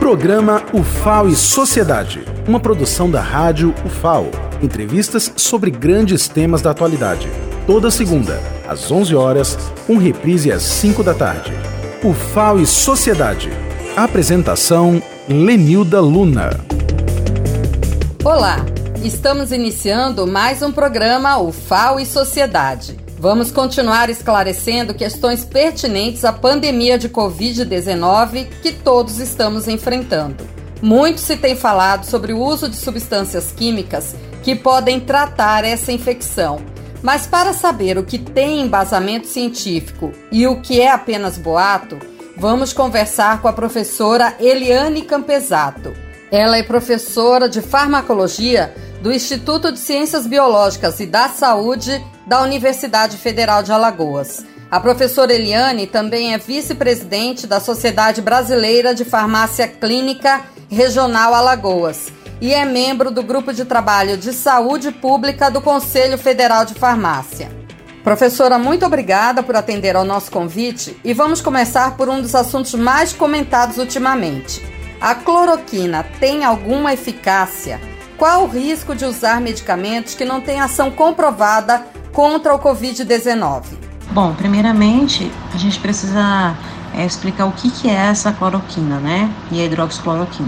Programa UFAO e Sociedade, uma produção da rádio UFAO. Entrevistas sobre grandes temas da atualidade. Toda segunda, às 11 horas, reprise às 5 da tarde. UFAO e Sociedade. Apresentação, Lenilda Luna. Olá, estamos iniciando mais um programa UFAO e Sociedade. Vamos continuar esclarecendo questões pertinentes à pandemia de Covid-19 que todos estamos enfrentando. Muito se tem falado sobre o uso de substâncias químicas que podem tratar essa infecção. Mas para saber o que tem embasamento científico e o que é apenas boato, vamos conversar com a professora Eliane Campesato. Ela é professora de farmacologia do Instituto de Ciências Biológicas e da Saúde da Universidade Federal de Alagoas. A professora Eliane também é vice-presidente da Sociedade Brasileira de Farmácia Clínica Regional Alagoas e é membro do Grupo de Trabalho de Saúde Pública do Conselho Federal de Farmácia. Professora, muito obrigada por atender ao nosso convite e vamos começar por um dos assuntos mais comentados ultimamente. A cloroquina tem alguma eficácia? Qual o risco de usar medicamentos que não têm ação comprovada contra o Covid-19? Bom, primeiramente, a gente precisa explicar o que é essa cloroquina, né? E a hidroxicloroquina.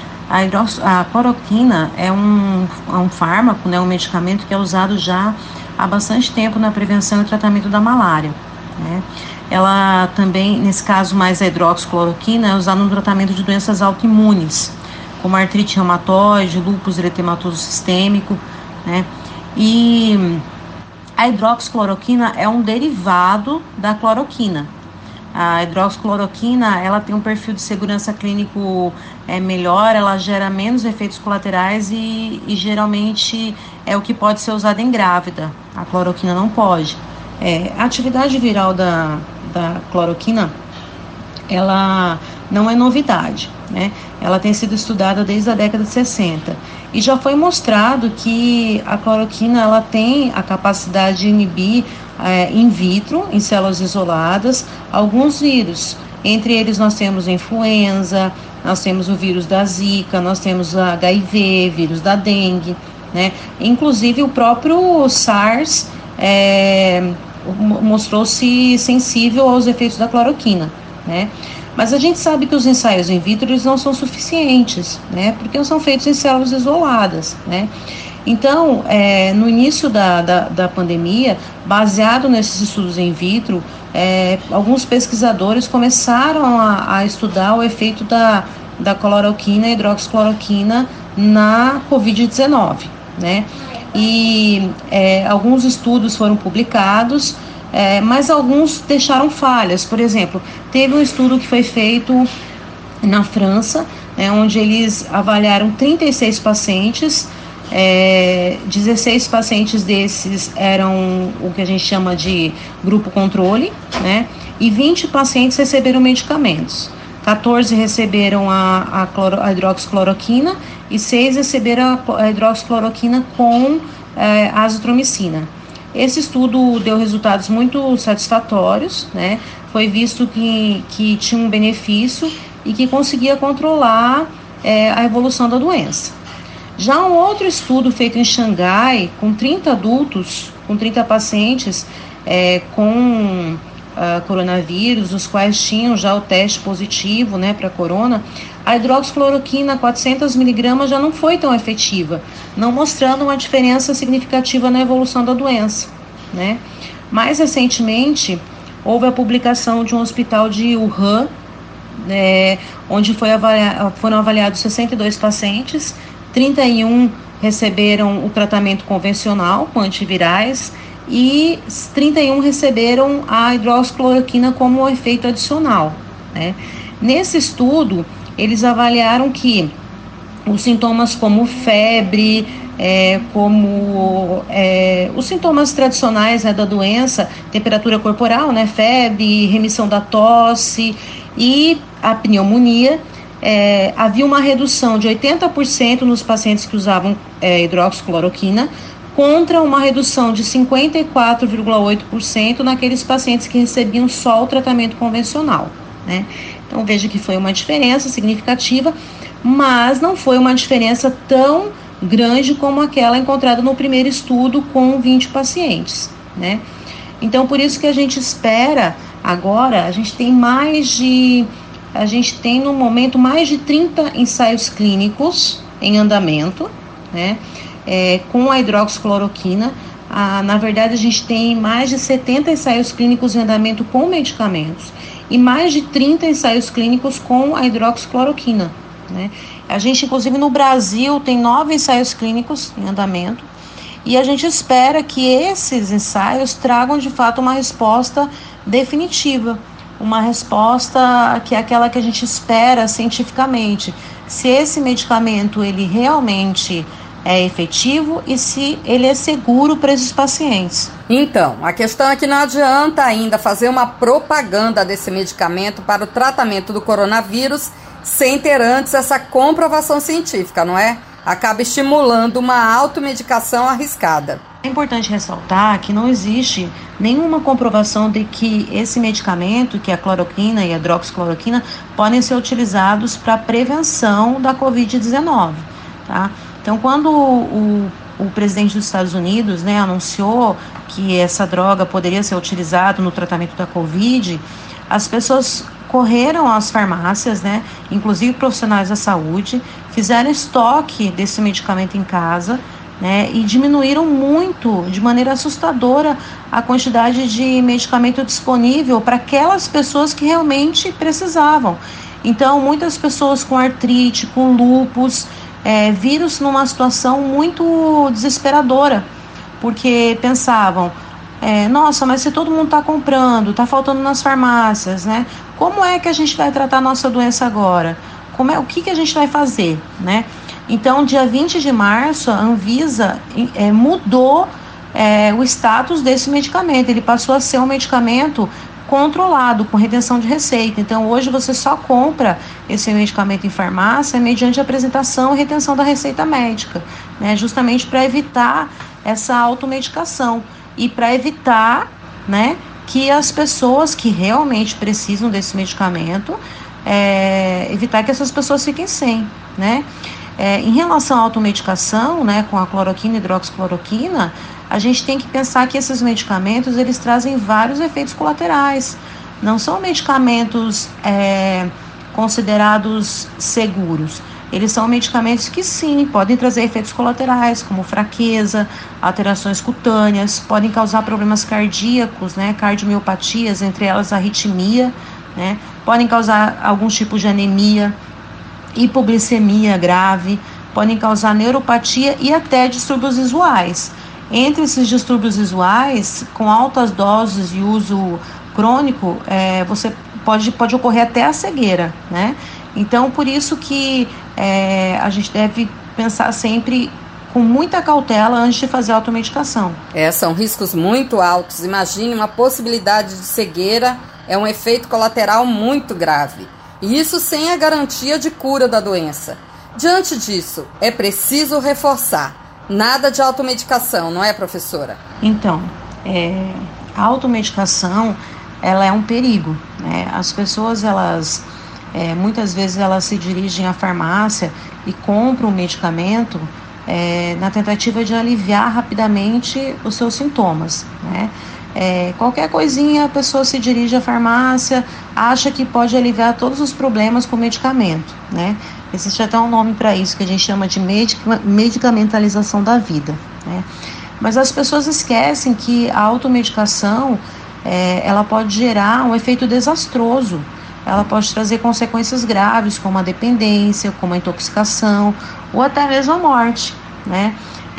A cloroquina é um fármaco, né? Um medicamento que é usado já há bastante tempo na prevenção e tratamento da malária, né? Ela também, nesse caso mais a hidroxicloroquina, é usada no tratamento de doenças autoimunes, como artrite reumatoide, lúpus eritematoso sistêmico, né? E a hidroxicloroquina é um derivado da cloroquina. A hidroxicloroquina, ela tem um perfil de segurança clínico melhor, ela gera menos efeitos colaterais e geralmente é o que pode ser usado em grávida. A cloroquina não pode. A atividade viral da cloroquina, ela não é novidade, né? Ela tem sido estudada desde a década de 60 e já foi mostrado que a cloroquina ela tem a capacidade de inibir in vitro, em células isoladas, alguns vírus. Entre eles nós temos a influenza, nós temos o vírus da Zika, nós temos a HIV, vírus da dengue, né? Inclusive o próprio SARS mostrou-se sensível aos efeitos da cloroquina, né? Mas a gente sabe que os ensaios in vitro eles não são suficientes, né? Porque são feitos em células isoladas, né? Então, no início da pandemia, baseado nesses estudos in vitro, alguns pesquisadores começaram a estudar o efeito da cloroquina e hidroxicloroquina na Covid-19, né? E alguns estudos foram publicados, mas alguns deixaram falhas. Por exemplo, teve um estudo que foi feito na França, onde eles avaliaram 36 pacientes, 16 pacientes desses eram o que a gente chama de grupo controle, né? E 20 pacientes receberam medicamentos. 14 receberam a hidroxicloroquina e 6 receberam a hidroxicloroquina com azitromicina. Esse estudo deu resultados muito satisfatórios, né? Foi visto que tinha um benefício e que conseguia controlar a evolução da doença. Já um outro estudo feito em Xangai, com 30 adultos, com 30 pacientes com coronavírus, os quais tinham já o teste positivo, né, para corona, a hidroxicloroquina 400 mg já não foi tão efetiva, não mostrando uma diferença significativa na evolução da doença, né? Mais recentemente, houve a publicação de um hospital de Wuhan, onde foram avaliados 62 pacientes, 31 receberam o tratamento convencional com antivirais e 31 receberam a hidroxicloroquina como efeito adicional, né? Nesse estudo, eles avaliaram que os sintomas como febre, os sintomas tradicionais, né, da doença, temperatura corporal, né, febre, remissão da tosse e a pneumonia, havia uma redução de 80% nos pacientes que usavam hidroxicloroquina, contra uma redução de 54,8% naqueles pacientes que recebiam só o tratamento convencional, né? Então veja que foi uma diferença significativa, mas não foi uma diferença tão grande como aquela encontrada no primeiro estudo com 20 pacientes, né? Então por isso que a gente espera agora, a gente tem no momento mais de 30 ensaios clínicos em andamento, né? Com a hidroxicloroquina. Na verdade, a gente tem mais de 70 ensaios clínicos em andamento com medicamentos e mais de 30 ensaios clínicos com a hidroxicloroquina, né? A gente, inclusive, no Brasil, tem 9 ensaios clínicos em andamento e a gente espera que esses ensaios tragam, de fato, uma resposta definitiva, uma resposta que é aquela que a gente espera cientificamente, se esse medicamento ele realmente é efetivo e se ele é seguro para esses pacientes. Então, a questão é que não adianta ainda fazer uma propaganda desse medicamento para o tratamento do coronavírus sem ter antes essa comprovação científica, não é? Acaba estimulando uma automedicação arriscada. É importante ressaltar que não existe nenhuma comprovação de que esse medicamento, que é a cloroquina e a hidroxicloroquina, podem ser utilizados para prevenção da Covid-19, tá? Então, quando o presidente dos Estados Unidos, né, anunciou que essa droga poderia ser utilizada no tratamento da Covid, as pessoas correram às farmácias, né, inclusive profissionais da saúde, fizeram estoque desse medicamento em casa, né, e diminuíram muito, de maneira assustadora, a quantidade de medicamento disponível para aquelas pessoas que realmente precisavam. Então, muitas pessoas com artrite, com lúpus, viram-se numa situação muito desesperadora, porque pensavam, nossa, mas se todo mundo está comprando, está faltando nas farmácias, né? Como é que a gente vai tratar a nossa doença agora? O que a gente vai fazer, né? Então, dia 20 de março, a Anvisa mudou o status desse medicamento. Ele passou a ser um medicamento controlado, com retenção de receita. Então, hoje você só compra esse medicamento em farmácia mediante apresentação e retenção da receita médica, né? Justamente para evitar essa automedicação e para evitar, né, que as pessoas que realmente precisam desse medicamento, evitar que essas pessoas fiquem sem, né? Em relação à automedicação, né, com a cloroquina e hidroxicloroquina, a gente tem que pensar que esses medicamentos, eles trazem vários efeitos colaterais. Não são medicamentos considerados seguros. Eles são medicamentos que sim, podem trazer efeitos colaterais, como fraqueza, alterações cutâneas, podem causar problemas cardíacos, né, cardiomiopatias, entre elas arritmia, né, podem causar alguns tipos de anemia, hipoglicemia grave, podem causar neuropatia e até distúrbios visuais. Entre esses distúrbios visuais, com altas doses de uso crônico, você pode ocorrer até a cegueira, né? Então, por isso que a gente deve pensar sempre com muita cautela antes de fazer a automedicação. São riscos muito altos. Imagine uma possibilidade de cegueira, é um efeito colateral muito grave. E isso sem a garantia de cura da doença. Diante disso, é preciso reforçar. Nada de automedicação, não é, professora? Então, a automedicação, ela é um perigo, né? As pessoas, muitas vezes elas se dirigem à farmácia e compram o medicamento na tentativa de aliviar rapidamente os seus sintomas, né? Qualquer coisinha a pessoa se dirige à farmácia, acha que pode aliviar todos os problemas com o medicamento, né? Existe até um nome para isso que a gente chama de medicamentalização da vida, né? Mas as pessoas esquecem que a automedicação ela pode gerar um efeito desastroso. Ela pode trazer consequências graves, como a dependência, como a intoxicação, ou até mesmo a morte, né?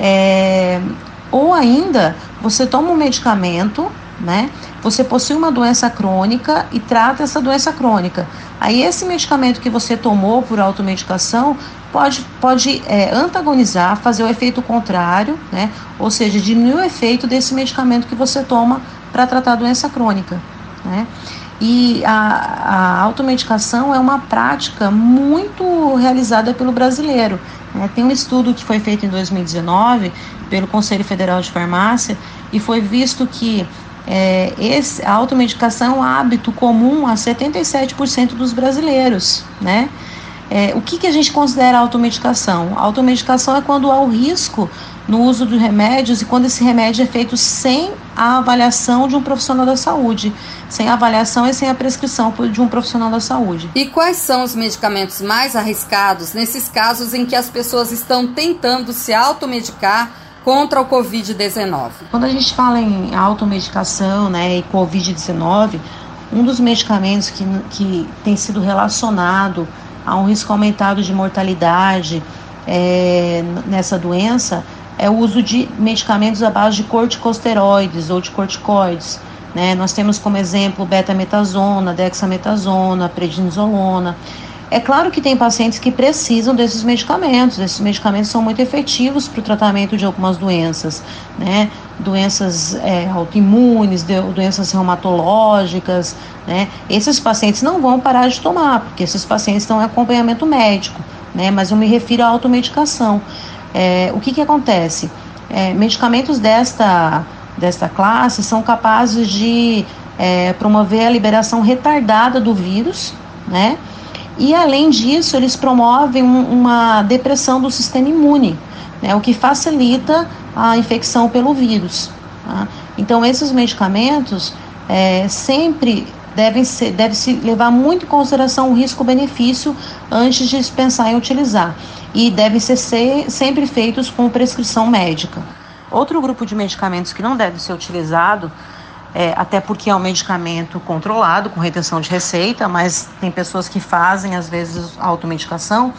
Ou ainda, você toma um medicamento, né? Você possui uma doença crônica e trata essa doença crônica. Aí esse medicamento que você tomou por automedicação pode antagonizar, fazer o efeito contrário, né? Ou seja, diminuir o efeito desse medicamento que você toma para tratar a doença crônica, né? E a automedicação é uma prática muito realizada pelo brasileiro, né? Tem um estudo que foi feito em 2019 pelo Conselho Federal de Farmácia e foi visto que a automedicação é um hábito comum a 77% dos brasileiros, né? O que a gente considera automedicação? A automedicação é quando há o risco no uso de remédios e quando esse remédio é feito sem a avaliação de um profissional da saúde, sem a avaliação e sem a prescrição de um profissional da saúde. E quais são os medicamentos mais arriscados nesses casos em que as pessoas estão tentando se automedicar contra o Covid-19? Quando a gente fala em automedicação, né, e Covid-19, um dos medicamentos que tem sido relacionado a um risco aumentado de mortalidade nessa doença é o uso de medicamentos à base de corticosteroides ou de corticoides, né? Nós temos como exemplo betametasona, dexametasona, prednisolona. É claro que tem pacientes que precisam desses medicamentos. Esses medicamentos são muito efetivos para o tratamento de algumas doenças, né? Doenças autoimunes, doenças reumatológicas, né? Esses pacientes não vão parar de tomar, porque esses pacientes estão em acompanhamento médico, né? Mas eu me refiro à automedicação. O que acontece? Medicamentos desta classe são capazes de promover a liberação retardada do vírus, né? E, além disso, eles promovem uma depressão do sistema imune, né, o que facilita a infecção pelo vírus. Tá? Então, esses medicamentos sempre deve-se levar muito em consideração o risco-benefício antes de se pensar em utilizar. E devem ser sempre feitos com prescrição médica. Outro grupo de medicamentos que não deve ser utilizado, até porque é um medicamento controlado, com retenção de receita, mas tem pessoas que fazem, às vezes, automedicação,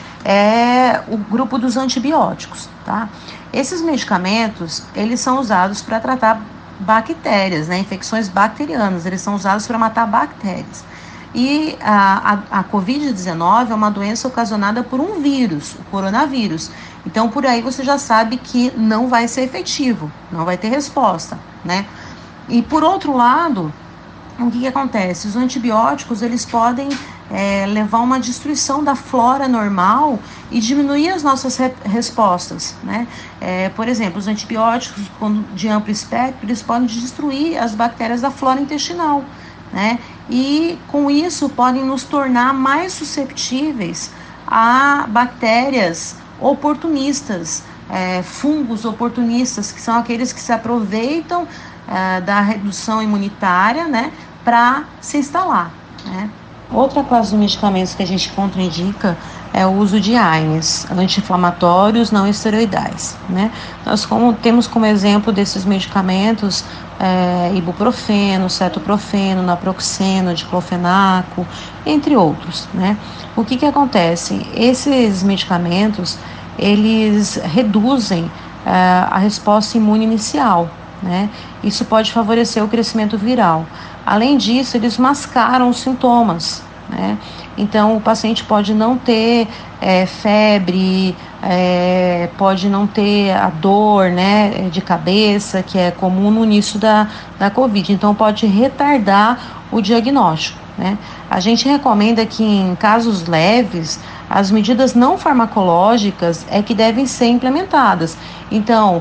é o grupo dos antibióticos, tá? Esses medicamentos, eles são usados para tratar bactérias, né, infecções bacterianas, eles são usados para matar bactérias. E a Covid-19 é uma doença ocasionada por um vírus, o coronavírus. Então, por aí você já sabe que não vai ser efetivo, não vai ter resposta, né? E, por outro lado, o que acontece? Os antibióticos, eles podem levar a uma destruição da flora normal e diminuir as nossas respostas, né? Por exemplo, os antibióticos de amplo espectro, eles podem destruir as bactérias da flora intestinal, né? E, com isso, podem nos tornar mais susceptíveis a bactérias oportunistas, fungos oportunistas, que são aqueles que se aproveitam da redução imunitária, né, para se instalar, né? Outra classe de medicamentos que a gente contraindica é o uso de AINES, anti-inflamatórios não esteroidais, né? Nós temos como exemplo desses medicamentos ibuprofeno, cetoprofeno, naproxeno, diclofenaco, entre outros, né? O que acontece? Esses medicamentos, eles reduzem a resposta imune inicial, né? Isso pode favorecer o crescimento viral. Além disso, eles mascaram os sintomas, né? Então, o paciente pode não ter febre, pode não ter a dor, né, de cabeça, que é comum no início da Covid. Então, pode retardar o diagnóstico, né? A gente recomenda que, em casos leves, as medidas não farmacológicas que devem ser implementadas. Então,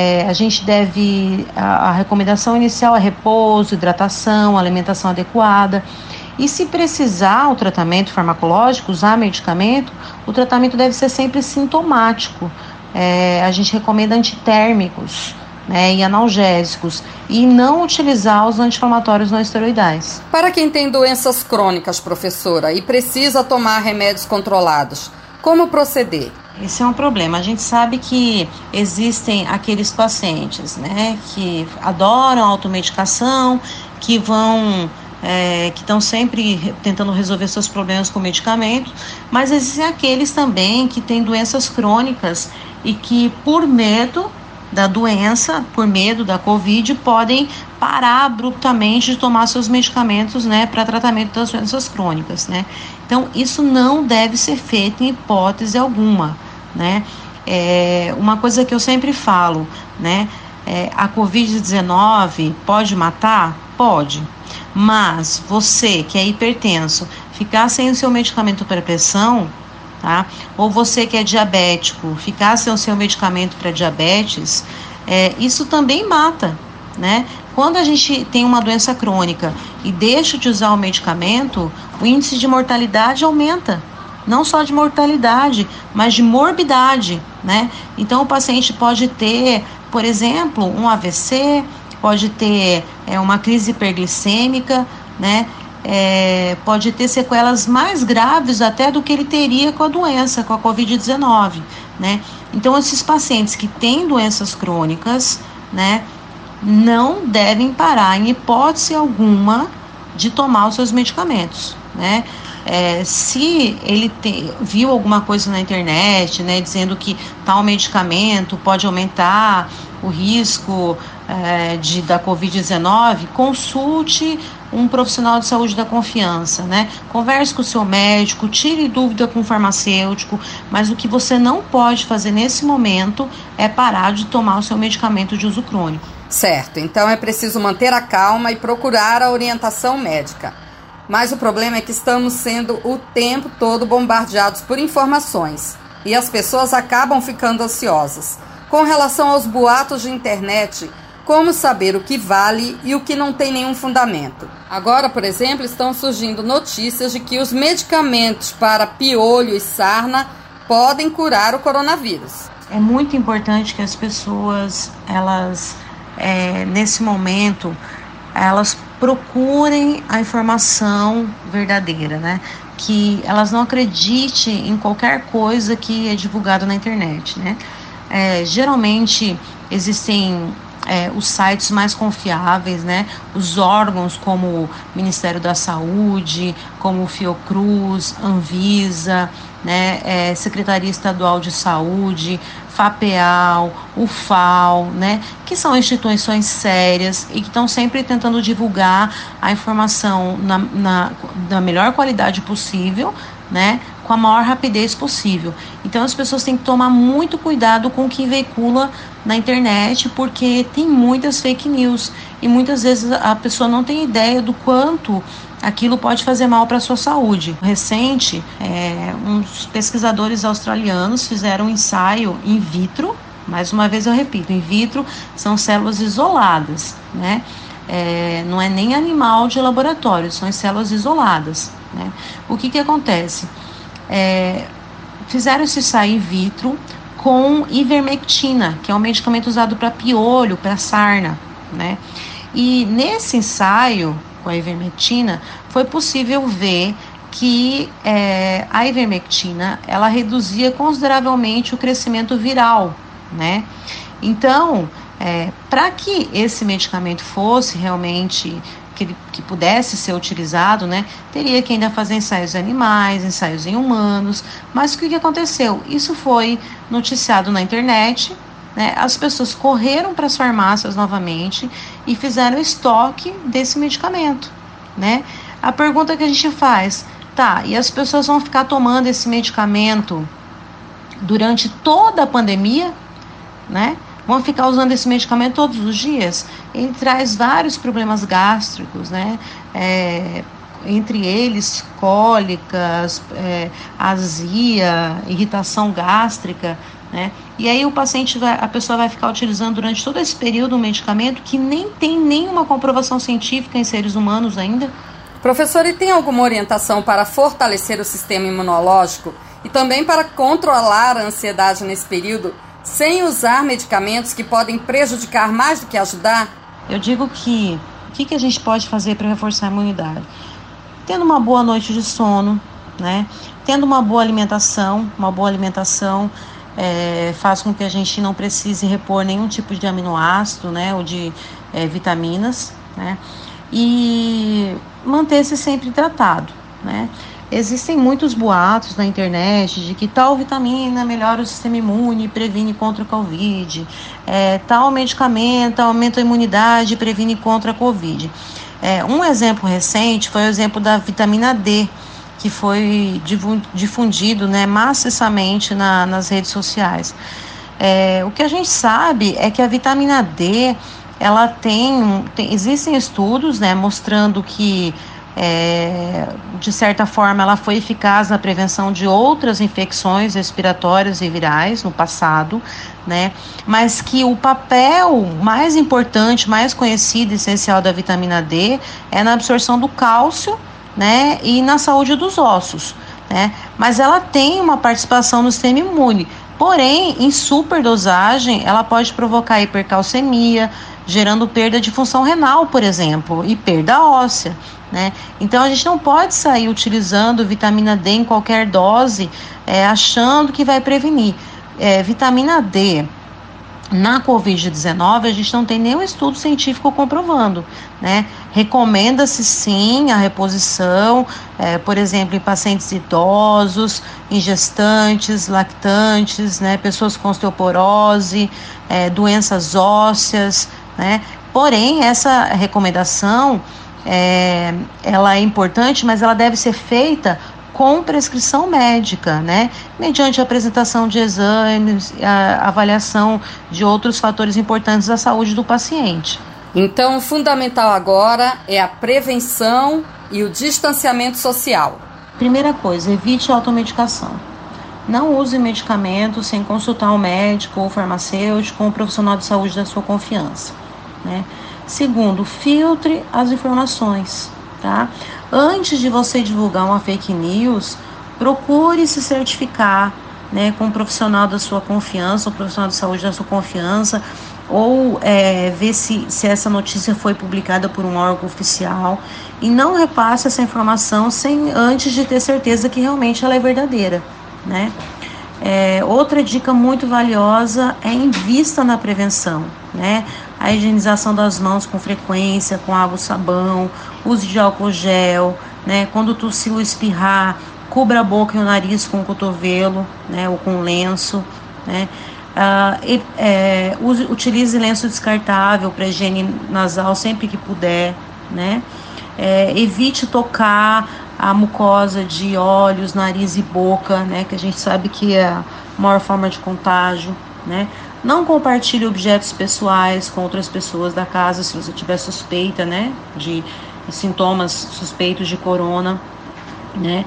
a recomendação inicial é repouso, hidratação, alimentação adequada. E, se precisar o tratamento farmacológico, usar medicamento, o tratamento deve ser sempre sintomático. A gente recomenda antitérmicos, né, e analgésicos, e não utilizar os anti-inflamatórios não esteroidais. Para quem tem doenças crônicas, professora, e precisa tomar remédios controlados, como proceder? Esse é um problema. A gente sabe que existem aqueles pacientes, né, que adoram a automedicação, que estão sempre tentando resolver seus problemas com medicamento, mas existem aqueles também que têm doenças crônicas e que, por medo da doença, por medo da Covid, podem parar abruptamente de tomar seus medicamentos, né, para tratamento das doenças crônicas, né? Então, isso não deve ser feito em hipótese alguma, né? Uma coisa que eu sempre falo, né, a Covid-19 pode matar? Pode. Mas você que é hipertenso, ficar sem o seu medicamento para pressão, tá? Ou você que é diabético, ficar sem o seu medicamento para diabetes, isso também mata, né? Quando a gente tem uma doença crônica e deixa de usar o medicamento, o índice de mortalidade aumenta. Não só de mortalidade, mas de morbidade, né? Então o paciente pode ter, por exemplo, um AVC, pode ter uma crise hiperglicêmica, né? Pode ter sequelas mais graves até do que ele teria com a doença, com a Covid-19, né? Então esses pacientes que têm doenças crônicas, né, não devem parar em hipótese alguma de tomar os seus medicamentos, né? Se ele viu alguma coisa na internet, né, dizendo que tal medicamento pode aumentar o risco da Covid-19, consulte um profissional de saúde da confiança, né? Converse com o seu médico, tire dúvida com o farmacêutico, mas o que você não pode fazer nesse momento é parar de tomar o seu medicamento de uso crônico. Certo, então é preciso manter a calma e procurar a orientação médica. Mas o problema é que estamos sendo o tempo todo bombardeados por informações e as pessoas acabam ficando ansiosas. Com relação aos boatos de internet, como saber o que vale e o que não tem nenhum fundamento? Agora, por exemplo, estão surgindo notícias de que os medicamentos para piolho e sarna podem curar o coronavírus. É muito importante que as pessoas, nesse momento, elas procurem a informação verdadeira, né? Que elas não acreditem em qualquer coisa que é divulgada na internet, né? Geralmente existem os sites mais confiáveis, né? Os órgãos como o Ministério da Saúde, como o Fiocruz, Anvisa, né? Secretaria Estadual de Saúde, FAPEAL, UFAL, né, que são instituições sérias e que estão sempre tentando divulgar a informação na melhor qualidade possível, né, com a maior rapidez possível. Então as pessoas têm que tomar muito cuidado com o que veicula na internet, porque tem muitas fake news e muitas vezes a pessoa não tem ideia do quanto aquilo pode fazer mal para a sua saúde. Recente, uns pesquisadores australianos fizeram um ensaio in vitro, mais uma vez eu repito, in vitro são células isoladas, né? Não é nem animal de laboratório, são células isoladas, né? O que acontece? Fizeram esse ensaio in vitro com ivermectina, que é um medicamento usado para piolho, para sarna, né? E nesse ensaio com a ivermectina, foi possível ver que a ivermectina, ela reduzia consideravelmente o crescimento viral, né? Então, para que esse medicamento fosse realmente, que pudesse ser utilizado, né, teria que ainda fazer ensaios em animais, ensaios em humanos, mas o que aconteceu? Isso foi noticiado na internet, né? As pessoas correram para as farmácias novamente e fizeram estoque desse medicamento, né? A pergunta que a gente faz, e as pessoas vão ficar tomando esse medicamento durante toda a pandemia, né? Vão ficar usando esse medicamento todos os dias? Ele traz vários problemas gástricos, né? Entre eles cólicas, azia, irritação gástrica, né? E aí a pessoa vai ficar utilizando durante todo esse período um medicamento que nem tem nenhuma comprovação científica em seres humanos ainda. Professor, e tem alguma orientação para fortalecer o sistema imunológico e também para controlar a ansiedade nesse período, sem usar medicamentos que podem prejudicar mais do que ajudar? Eu digo que o que a gente pode fazer para reforçar a imunidade? Tendo uma boa noite de sono, né? Tendo uma boa alimentação faz com que a gente não precise repor nenhum tipo de aminoácido, né, ou de vitaminas, né, e manter-se sempre hidratado, né. Existem muitos boatos na internet de que tal vitamina melhora o sistema imune e previne contra o Covid, tal medicamento aumenta a imunidade e previne contra a Covid. Um exemplo recente foi o exemplo da vitamina D, que foi difundido, né, maciçamente nas redes sociais. O que a gente sabe é que a vitamina D, ela existem estudos, né, mostrando que de certa forma, ela foi eficaz na prevenção de outras infecções respiratórias e virais no passado, né? Mas que o papel mais importante, mais conhecido e essencial da vitamina D é na absorção do cálcio, né? E na saúde dos ossos, né? Mas ela tem uma participação no sistema imune. Porém, em superdosagem, ela pode provocar hipercalcemia, gerando perda de função renal, por exemplo, e perda óssea, né? Então, a gente não pode sair utilizando vitamina D em qualquer dose, achando que vai prevenir. Vitamina D na Covid-19, a gente não tem nenhum estudo científico comprovando, né? Recomenda-se sim a reposição, por exemplo, em pacientes idosos, em gestantes, lactantes, né? Pessoas com osteoporose, doenças ósseas, né? Porém, essa recomendação, ela é importante, mas ela deve ser feita com prescrição médica, né? Mediante a apresentação de exames, a avaliação de outros fatores importantes da saúde do paciente. Então, o fundamental agora é a prevenção e o distanciamento social. Primeira coisa, evite a automedicação. Não use medicamentos sem consultar um médico ou farmacêutico ou um profissional de saúde da sua confiança, né? Segundo, filtre as informações, tá? Antes de você divulgar uma fake news, procure se certificar, né, com um profissional da sua confiança, um profissional de saúde da sua confiança, ou ver se essa notícia foi publicada por um órgão oficial, e não repasse essa informação antes de ter certeza que realmente ela é verdadeira, né? Outra dica muito valiosa é invista na prevenção, né? A higienização das mãos com frequência, com água e sabão, use de álcool gel, né? Quando tossir ou espirrar, cubra a boca e o nariz com o cotovelo, né? Ou com lenço, né? Utilize lenço descartável para higiene nasal sempre que puder, né? Evite tocar a mucosa de olhos, nariz e boca, né? Que a gente sabe que é a maior forma de contágio, né? Não compartilhe objetos pessoais com outras pessoas da casa se você tiver suspeita, né, de sintomas suspeitos de corona, né?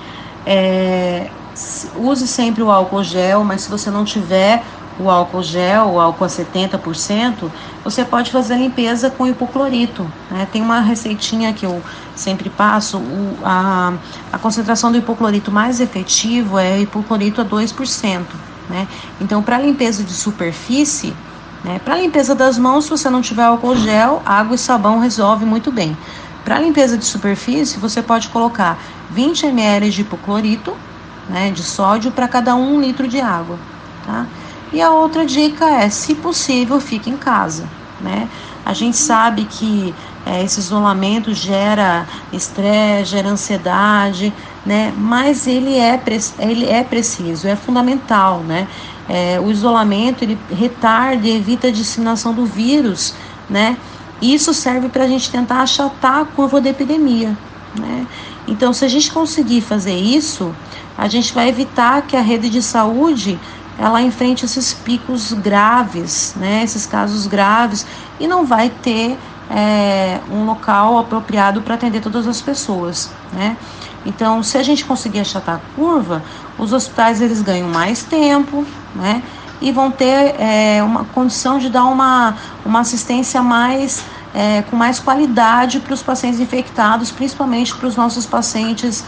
Use sempre o álcool gel, mas se você não tiver o álcool gel, o álcool a 70%, você pode fazer a limpeza com hipoclorito, né? Tem uma receitinha que eu sempre passo, a concentração do hipoclorito mais efetivo é hipoclorito a 2%. Né? Então, para limpeza de superfície, né, para limpeza das mãos, se você não tiver álcool gel, água e sabão resolve muito bem. Para limpeza de superfície, você pode colocar 20 ml de hipoclorito, né, de sódio para cada 1 litro de água, tá? E a outra dica é, se possível, fique em casa, né? A gente sabe que esse isolamento gera estresse, gera ansiedade, né? Mas ele é preciso, é fundamental, né? O isolamento, ele retarda e evita a disseminação do vírus, né? Isso serve para a gente tentar achatar a curva da epidemia, né? Então, se a gente conseguir fazer isso, a gente vai evitar que a rede de saúde ela enfrente esses picos graves, né? Esses casos graves, e não vai ter um local apropriado para atender todas as pessoas, né? Então, se a gente conseguir achatar a curva, os hospitais eles ganham mais tempo, né? E vão ter uma condição de dar uma assistência com mais qualidade para os pacientes infectados, principalmente para os nossos pacientes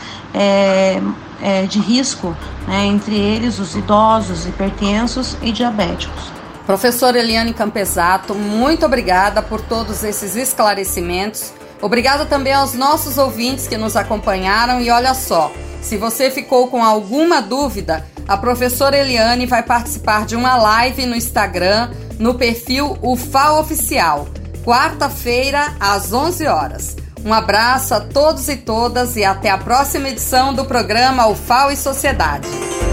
de risco, né? Entre eles os idosos, hipertensos e diabéticos. Professora Eliane Campesato, muito obrigada por todos esses esclarecimentos. Obrigada também aos nossos ouvintes que nos acompanharam. E olha só, se você ficou com alguma dúvida, a professora Eliane vai participar de uma live no Instagram, no perfil UFAO Oficial, quarta-feira, às 11 horas. Um abraço a todos e todas e até a próxima edição do programa UFAO e Sociedade.